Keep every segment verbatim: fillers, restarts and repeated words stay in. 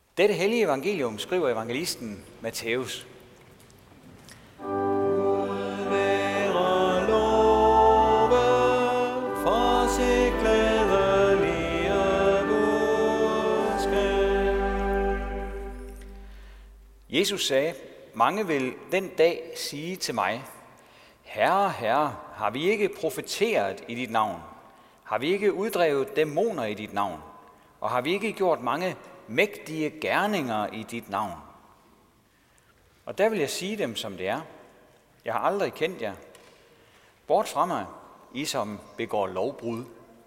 Dette hellige evangelium skriver evangelisten Matthæus. Jesus sagde, mange vil den dag sige til mig, Herre, Herre, har vi ikke profeteret i dit navn? Har vi ikke uddrevet dæmoner i dit navn? Og har vi ikke gjort mange mægtige gerninger i dit navn? Og der vil jeg sige dem, som det er. Jeg har aldrig kendt jer. Bort fra mig, I som begår lovbrud.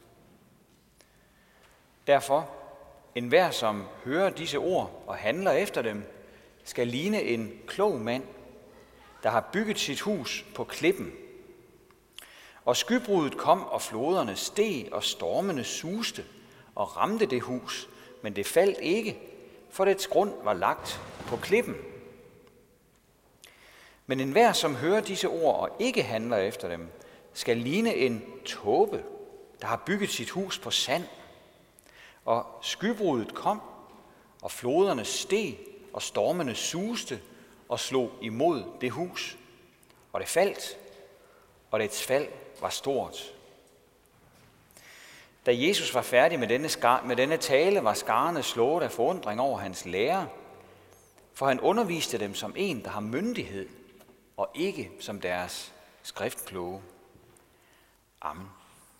Derfor, enhver som hører disse ord og handler efter dem, skal ligne en klog mand, der har bygget sit hus på klippen. Og skybruddet kom, og floderne steg, og stormene suste og ramte det hus, men det faldt ikke, for dets grund var lagt på klippen. Men enhver, som hører disse ord og ikke handler efter dem, skal ligne en tåbe, der har bygget sit hus på sand. Og skybruddet kom, og floderne steg, og stormene suste og slog imod det hus. Og det faldt, og dets fald var stort. Da Jesus var færdig med denne, skar, med denne tale, var skarne slået af forundring over hans lære, for han underviste dem som en, der har myndighed, og ikke som deres skriftkloge. Amen.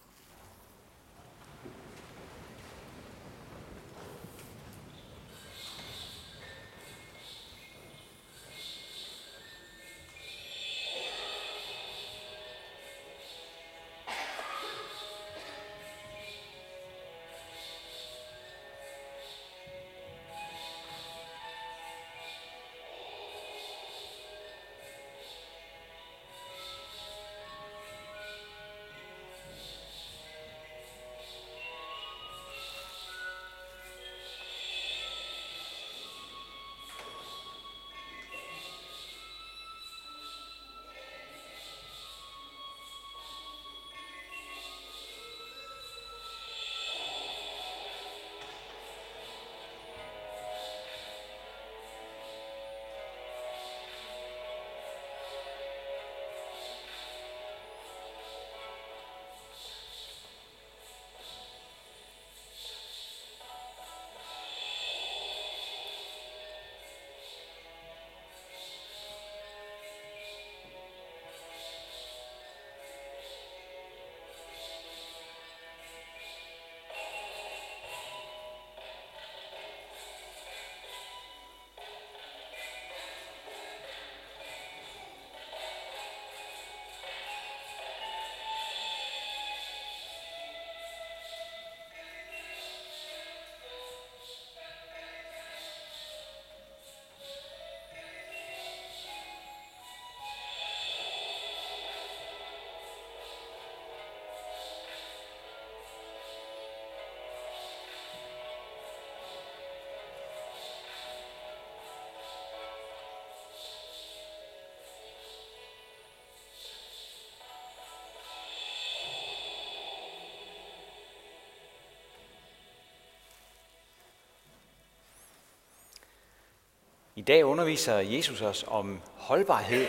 I dag underviser Jesus os om holdbarhed.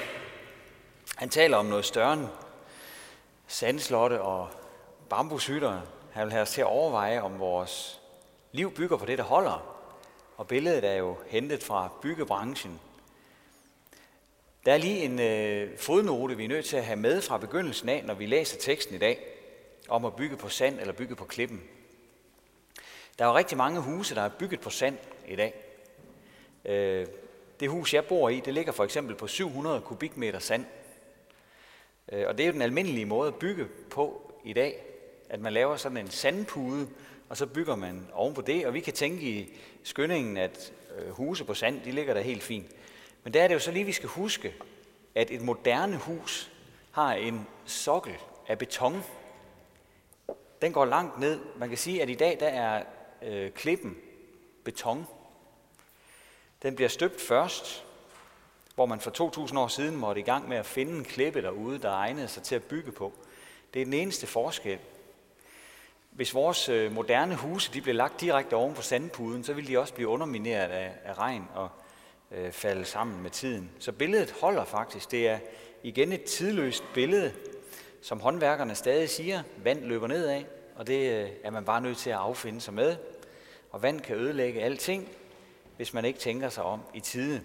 Han taler om noget større end sandslotte og bambushytter. Han vil have os til at overveje, om vores liv bygger på det, der holder. Og billedet er jo hentet fra byggebranchen. Der er lige en øh, fodnote, vi er nødt til at have med fra begyndelsen af, når vi læser teksten i dag, om at bygge på sand eller bygge på klippen. Der er jo rigtig mange huse, der er bygget på sand i dag. Det hus, jeg bor i, det ligger for eksempel på syv hundrede kubikmeter sand. Og det er jo den almindelige måde at bygge på i dag, at man laver sådan en sandpude, og så bygger man oven på det. Og vi kan tænke i skyndingen, at huse på sand, de ligger der helt fint. Men der er det jo så lige, vi skal huske, at et moderne hus har en sokkel af beton. Den går langt ned. Man kan sige, at i dag der er øh, klippen beton. Den bliver støbt først, hvor man for to tusind år siden måtte i gang med at finde en klippe derude, der egnede sig til at bygge på. Det er den eneste forskel. Hvis vores moderne huse de blev lagt direkte oven på sandpuden, så ville de også blive undermineret af, af regn og øh, falde sammen med tiden. Så billedet holder faktisk. Det er igen et tidløst billede, som håndværkerne stadig siger, vand løber nedad, og det øh, er man bare nødt til at affinde sig med. Og vand kan ødelægge alting, hvis man ikke tænker sig om i tide.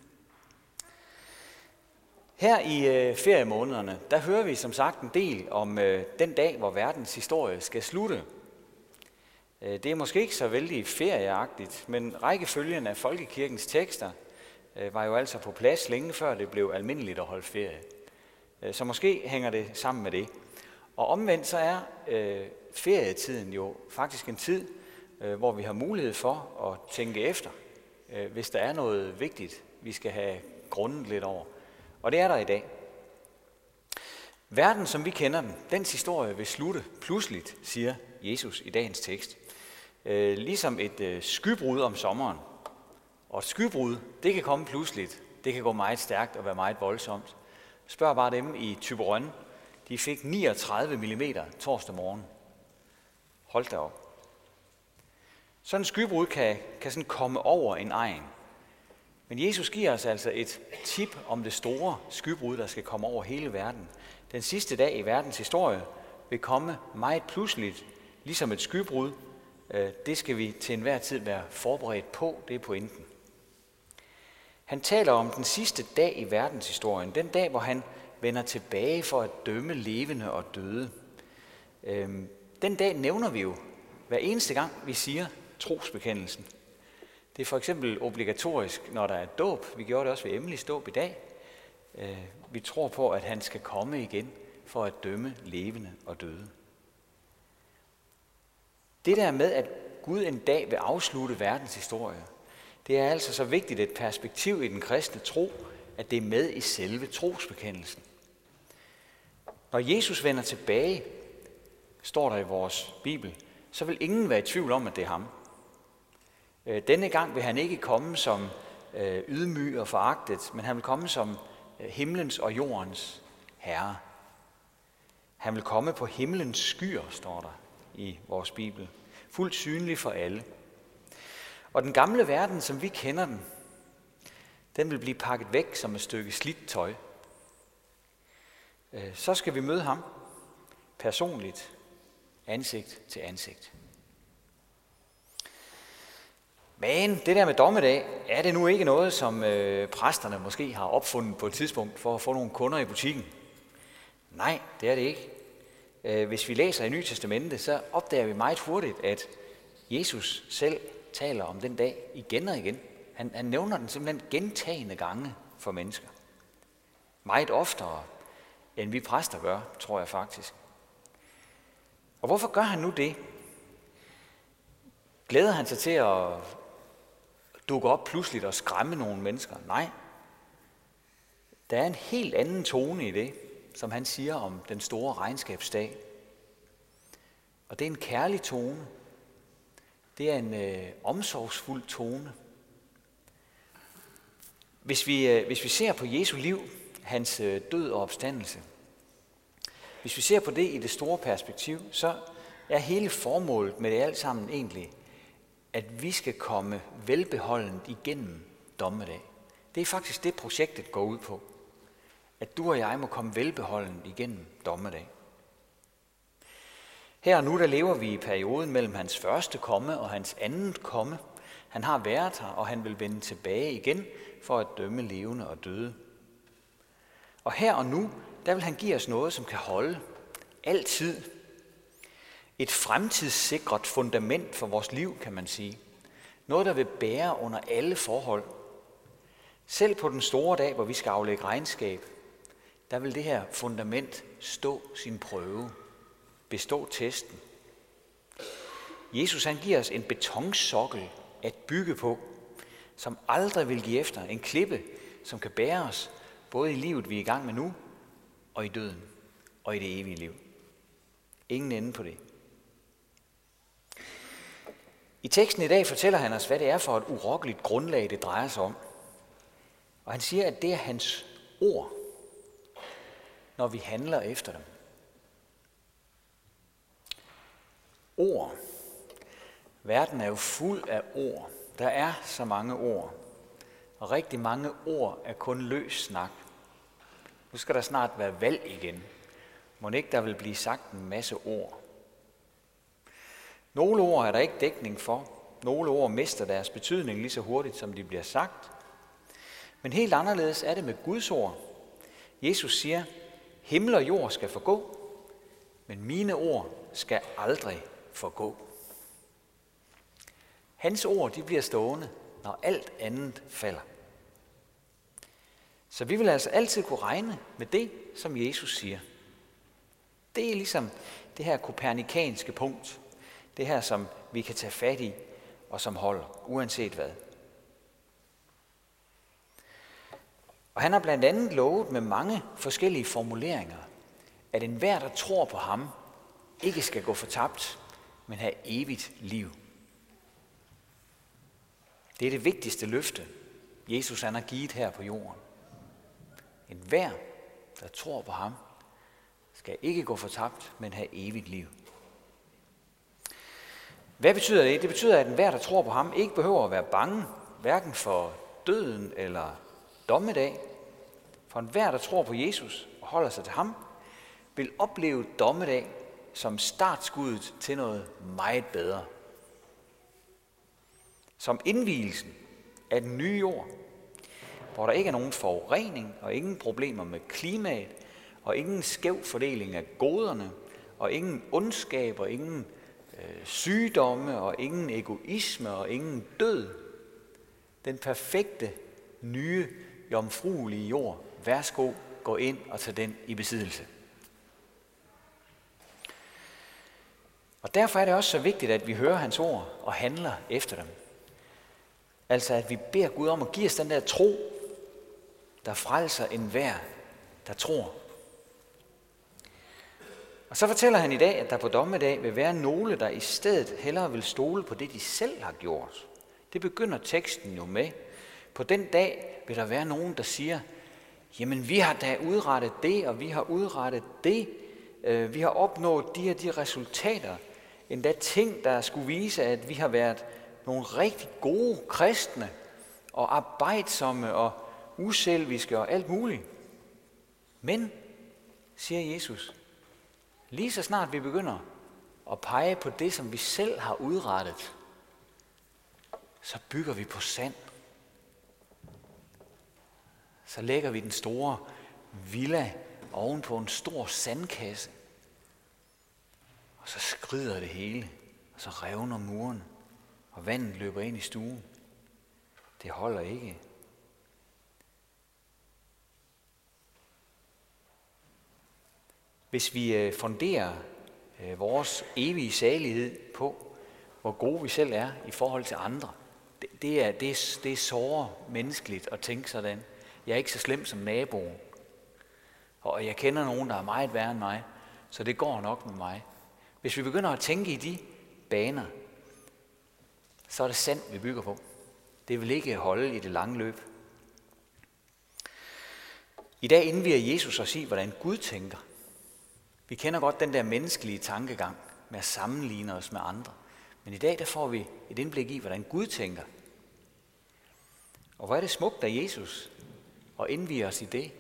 Her i øh, feriemånederne, der hører vi som sagt en del om øh, den dag, hvor verdens historie skal slutte. Øh, det er måske ikke så vældig ferieagtigt, men rækkefølgen af folkekirkens tekster øh, var jo altså på plads længe før det blev almindeligt at holde ferie. Øh, så måske hænger det sammen med det. Og omvendt så er øh, ferietiden jo faktisk en tid, øh, hvor vi har mulighed for at tænke efter, øh, hvis der er noget vigtigt, vi skal have grundet lidt over. Og det er der i dag. Verden, som vi kender den, dens historie vil slutte pludseligt, siger Jesus i dagens tekst. Øh, ligesom et øh, skybrud om sommeren. Og et skybrud, det kan komme pludseligt. Det kan gå meget stærkt og være meget voldsomt. Spørg bare dem i Thyborøn. De fik niogtredive millimeter torsdag morgen. Hold da op. Sådan en skybrud kan, kan sådan komme over en egen. Men Jesus giver os altså et tip om det store skybrud, der skal komme over hele verden. Den sidste dag i verdens historie vil komme meget pludseligt, ligesom et skybrud. Det skal vi til enhver tid være forberedt på, det er pointen. Han taler om den sidste dag i verdenshistorien, den dag, hvor han vender tilbage for at dømme levende og døde. Den dag nævner vi jo hver eneste gang, vi siger trosbekendelsen. Det er for eksempel obligatorisk, når der er dåb. Vi gjorde det også ved Emilies dåb i dag. Vi tror på, at han skal komme igen for at dømme levende og døde. Det der med, at Gud en dag vil afslutte verdens historie, det er altså så vigtigt et perspektiv i den kristne tro, at det er med i selve trosbekendelsen. Når Jesus vender tilbage, står der i vores Bibel, så vil ingen være i tvivl om, at det er ham. Denne gang vil han ikke komme som ydmyg og foragtet, men han vil komme som himlens og jordens herre. Han vil komme på himlens skyer, står der i vores Bibel. Fuldt synlig for alle. Og den gamle verden, som vi kender den, den vil blive pakket væk som et stykke slidt tøj. Så skal vi møde ham personligt, ansigt til ansigt. Men det der med dommedag, er det nu ikke noget, som øh, præsterne måske har opfundet på et tidspunkt for at få nogle kunder i butikken? Nej, det er det ikke. Øh, hvis vi læser i Nye Testamente, så opdager vi meget hurtigt, at Jesus selv taler om den dag igen og igen. Han, han nævner den simpelthen gentagende gange for mennesker. Meget oftere, end vi præster gør, tror jeg faktisk. Og hvorfor gør han nu det? Glæder han sig til at dukke op pludseligt og skræmme nogle mennesker? Nej. Der er en helt anden tone i det, som han siger om den store regnskabsdag. Og det er en kærlig tone. Det er en øh, omsorgsfuld tone. Hvis vi, øh, hvis vi ser på Jesu liv, hans øh, død og opstandelse, hvis vi ser på det i det store perspektiv, så er hele formålet med det alt sammen egentlig, at vi skal komme velbeholdent igennem dommedag. Det er faktisk det, projektet går ud på. At du og jeg må komme velbeholdent igennem dommedag. Her og nu, der lever vi i perioden mellem hans første komme og hans andet komme. Han har været her, og han vil vende tilbage igen for at dømme levende og døde. Og her og nu, der vil han give os noget, som kan holde altid. Et fremtidssikret fundament for vores liv, kan man sige. Noget, der vil bære under alle forhold. Selv på den store dag, hvor vi skal aflægge regnskab, der vil det her fundament stå sin prøve. Bestå testen. Jesus han giver os en betonsokkel at bygge på, som aldrig vil give efter. En klippe, som kan bære os, både i livet, vi er i gang med nu, og i døden, og i det evige liv. Ingen ende på det. I teksten i dag fortæller han os, hvad det er for et urokkeligt grundlag, det drejer sig om. Og han siger, at det er hans ord, når vi handler efter dem. Ord. Verden er jo fuld af ord. Der er så mange ord. Og rigtig mange ord er kun løs snak. Nu skal der snart være valg igen. Må ikke der vil blive sagt en masse ord. Nogle ord er der ikke dækning for. Nogle ord mister deres betydning lige så hurtigt, som de bliver sagt. Men helt anderledes er det med Guds ord. Jesus siger, himmel og jord skal forgå, men mine ord skal aldrig forgå. Hans ord, de bliver stående, når alt andet falder. Så vi vil altså altid kunne regne med det, som Jesus siger. Det er ligesom det her kopernikanske punkt. Det her, som vi kan tage fat i, og som holder, uanset hvad. Og han har blandt andet lovet med mange forskellige formuleringer, at enhver, der tror på ham, ikke skal gå fortabt, men have evigt liv. Det er det vigtigste løfte, Jesus han har givet her på jorden. Enhver, der tror på ham, skal ikke gå fortabt, men have evigt liv. Hvad betyder det? Det betyder, at enhver, der tror på ham, ikke behøver at være bange, hverken for døden eller dommedag. For enhver, der tror på Jesus og holder sig til ham, vil opleve dommedag som startskuddet til noget meget bedre. Som indvielsen af den nye jord, hvor der ikke er nogen forurening og ingen problemer med klimaet, og ingen skæv fordeling af goderne, og ingen ondskab og ingen øh, sygdomme, og ingen egoisme og ingen død. Den perfekte, nye, jomfruelige jord. Værsgo, gå ind og tage den i besiddelse. Og derfor er det også så vigtigt, at vi hører hans ord og handler efter dem. Altså at vi beder Gud om at give os den der tro, der frelser enhver, der tror. Og så fortæller han i dag, at der på dommedag vil være nogle, der i stedet hellere vil stole på det, de selv har gjort. Det begynder teksten jo med. På den dag vil der være nogen, der siger, jamen vi har da udrettet det, og vi har udrettet det. Vi har opnået de og de resultater. Endda ting, der skulle vise, at vi har været nogle rigtig gode kristne, og arbejdsomme og uselviske og alt muligt. Men, siger Jesus, lige så snart vi begynder at pege på det, som vi selv har udrettet, så bygger vi på sand. Så lægger vi den store villa oven på en stor sandkasse. Og så skrider det hele, og så revner muren, og vandet løber ind i stuen. Det holder ikke. Hvis vi funderer vores evige salighed på, hvor gode vi selv er i forhold til andre, det, det, er, det, er, det er såre menneskeligt at tænke sådan. Jeg er ikke så slem som naboen, og jeg kender nogen, der er meget værre end mig, så det går nok med mig. Hvis vi begynder at tænke i de baner, så er det sand, vi bygger på. Det vil ikke holde i det lange løb. I dag indvier Jesus os i, hvordan Gud tænker. Vi kender godt den der menneskelige tankegang med at sammenligne os med andre. Men i dag der får vi et indblik i, hvordan Gud tænker. Og hvor er det smukt af Jesus og indvier os i det.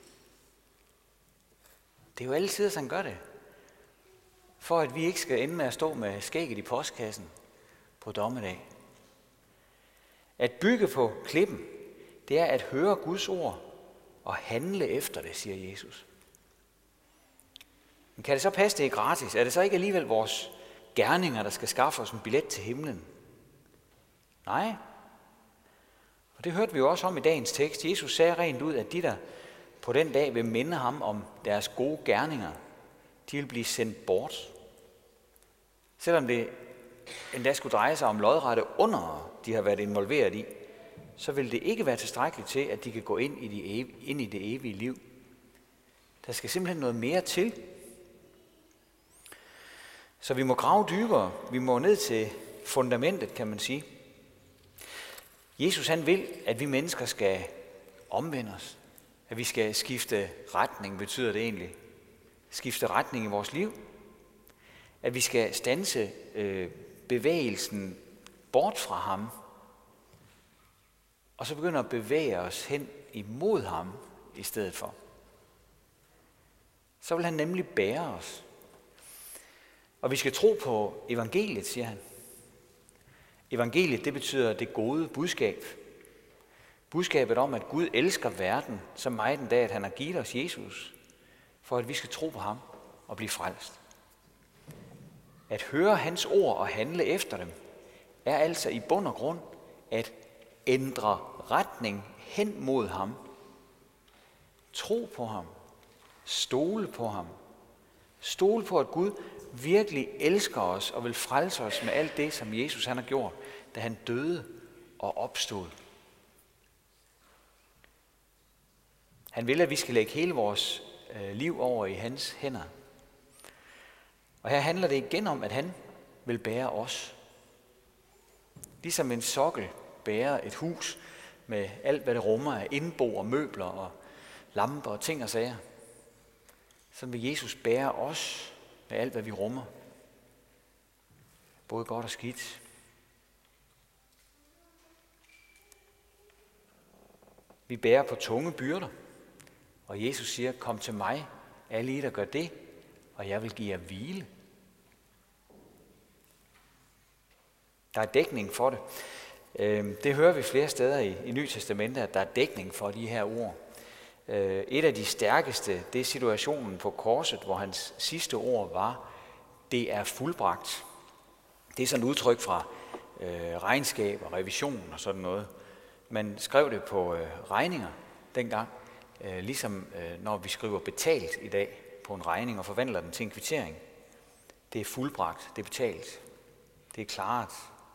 Det er jo altid, at han gør det. For at vi ikke skal ende med at stå med skægget i postkassen på dommedag. At bygge på klippen, det er at høre Guds ord og handle efter det, siger Jesus. Men kan det så passe, det er gratis? Er det så ikke alligevel vores gerninger, der skal skaffe os en billet til himlen? Nej. Og det hørte vi jo også om i dagens tekst. Jesus sagde rent ud, at de, der på den dag vil minde ham om deres gode gerninger, de vil blive sendt bort. Selvom det endda skulle dreje sig om lodrette under, de har været involveret i, så vil det ikke være tilstrækkeligt til, at de kan gå ind i, de evige, ind i det evige liv. Der skal simpelthen noget mere til. Så vi må grave dybere. Vi må ned til fundamentet, kan man sige. Jesus han vil, at vi mennesker skal omvende os. At vi skal skifte retning, betyder det egentlig. Skifte retning i vores liv. At vi skal standse øh, bevægelsen bort fra ham, og så begynde at bevæge os hen imod ham i stedet for. Så vil han nemlig bære os. Og vi skal tro på evangeliet, siger han. Evangeliet, det betyder det gode budskab. Budskabet om, at Gud elsker verden så meget den dag, at han har givet os Jesus, for at vi skal tro på ham og blive frelst. At høre hans ord og handle efter dem, er altså i bund og grund at ændre retning hen mod ham. Tro på ham. Stole på ham. Stole på, at Gud virkelig elsker os og vil frelse os med alt det, som Jesus han har gjort, da han døde og opstod. Han vil, at vi skal lægge hele vores øh, liv over i hans hænder. Og her handler det igen om, at han vil bære os. Ligesom en sokkel bærer et hus med alt, hvad det rummer af indbo og møbler og lamper og ting og sager. Så vil Jesus bære os med alt, hvad vi rummer. Både godt og skidt. Vi bærer på tunge byrder. Og Jesus siger, kom til mig, alle I, der gør det, og jeg vil give jer hvile. Der er dækning for det. Det hører vi flere steder i, i Nye Testamentet, at der er dækning for de her ord. Et af de stærkeste, det er situationen på korset, hvor hans sidste ord var, det er fuldbragt. Det er sådan et udtryk fra øh, regnskab og revision og sådan noget. Man skrev det på øh, regninger dengang, øh, ligesom øh, når vi skriver betalt i dag på en regning og forvandler den til en kvittering. Det er fuldbragt, det er betalt, det er klaret.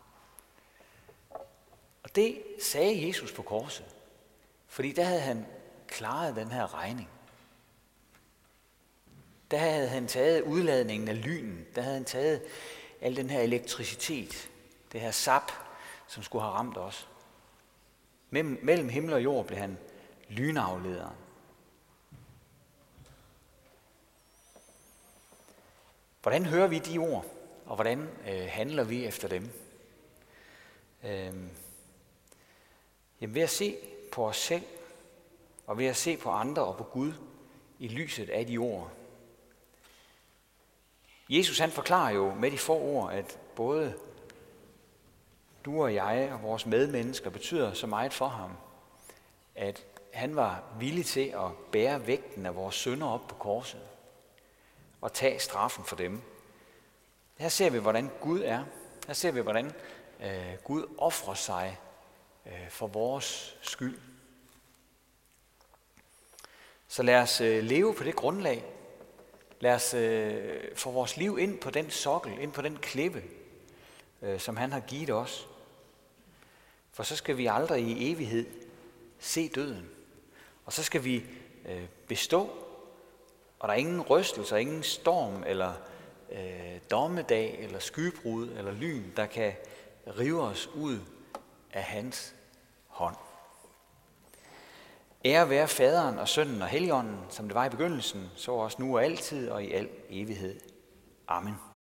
Og det sagde Jesus på korset, fordi der havde han klaret den her regning. Der havde han taget udladningen af lynen, der havde han taget al den her elektricitet, det her sap, som skulle have ramt os. Mellem himmel og jord blev han lynaflederen. Hvordan hører vi de ord, og hvordan øh, handler vi efter dem? Øh, jamen ved at se på os selv, og ved at se på andre og på Gud i lyset af de ord. Jesus han forklarer jo med de få ord, at både du og jeg og vores medmennesker betyder så meget for ham, at han var villig til at bære vægten af vores synder op på korset og tage straffen for dem. Her ser vi, hvordan Gud er. Her ser vi, hvordan øh, Gud ofrer sig øh, for vores skyld. Så lad os øh, leve på det grundlag. Lad os øh, få vores liv ind på den sokkel, ind på den klippe, øh, som han har givet os. For så skal vi aldrig i evighed se døden. Og så skal vi øh, bestå. Og der er ingen rystelse, ingen storm, eller øh, dommedag, eller skybrud, eller lyn, der kan rive os ud af hans hånd. Ære være faderen og sønnen og helligånden, som det var i begyndelsen, så også nu og altid og i al evighed. Amen.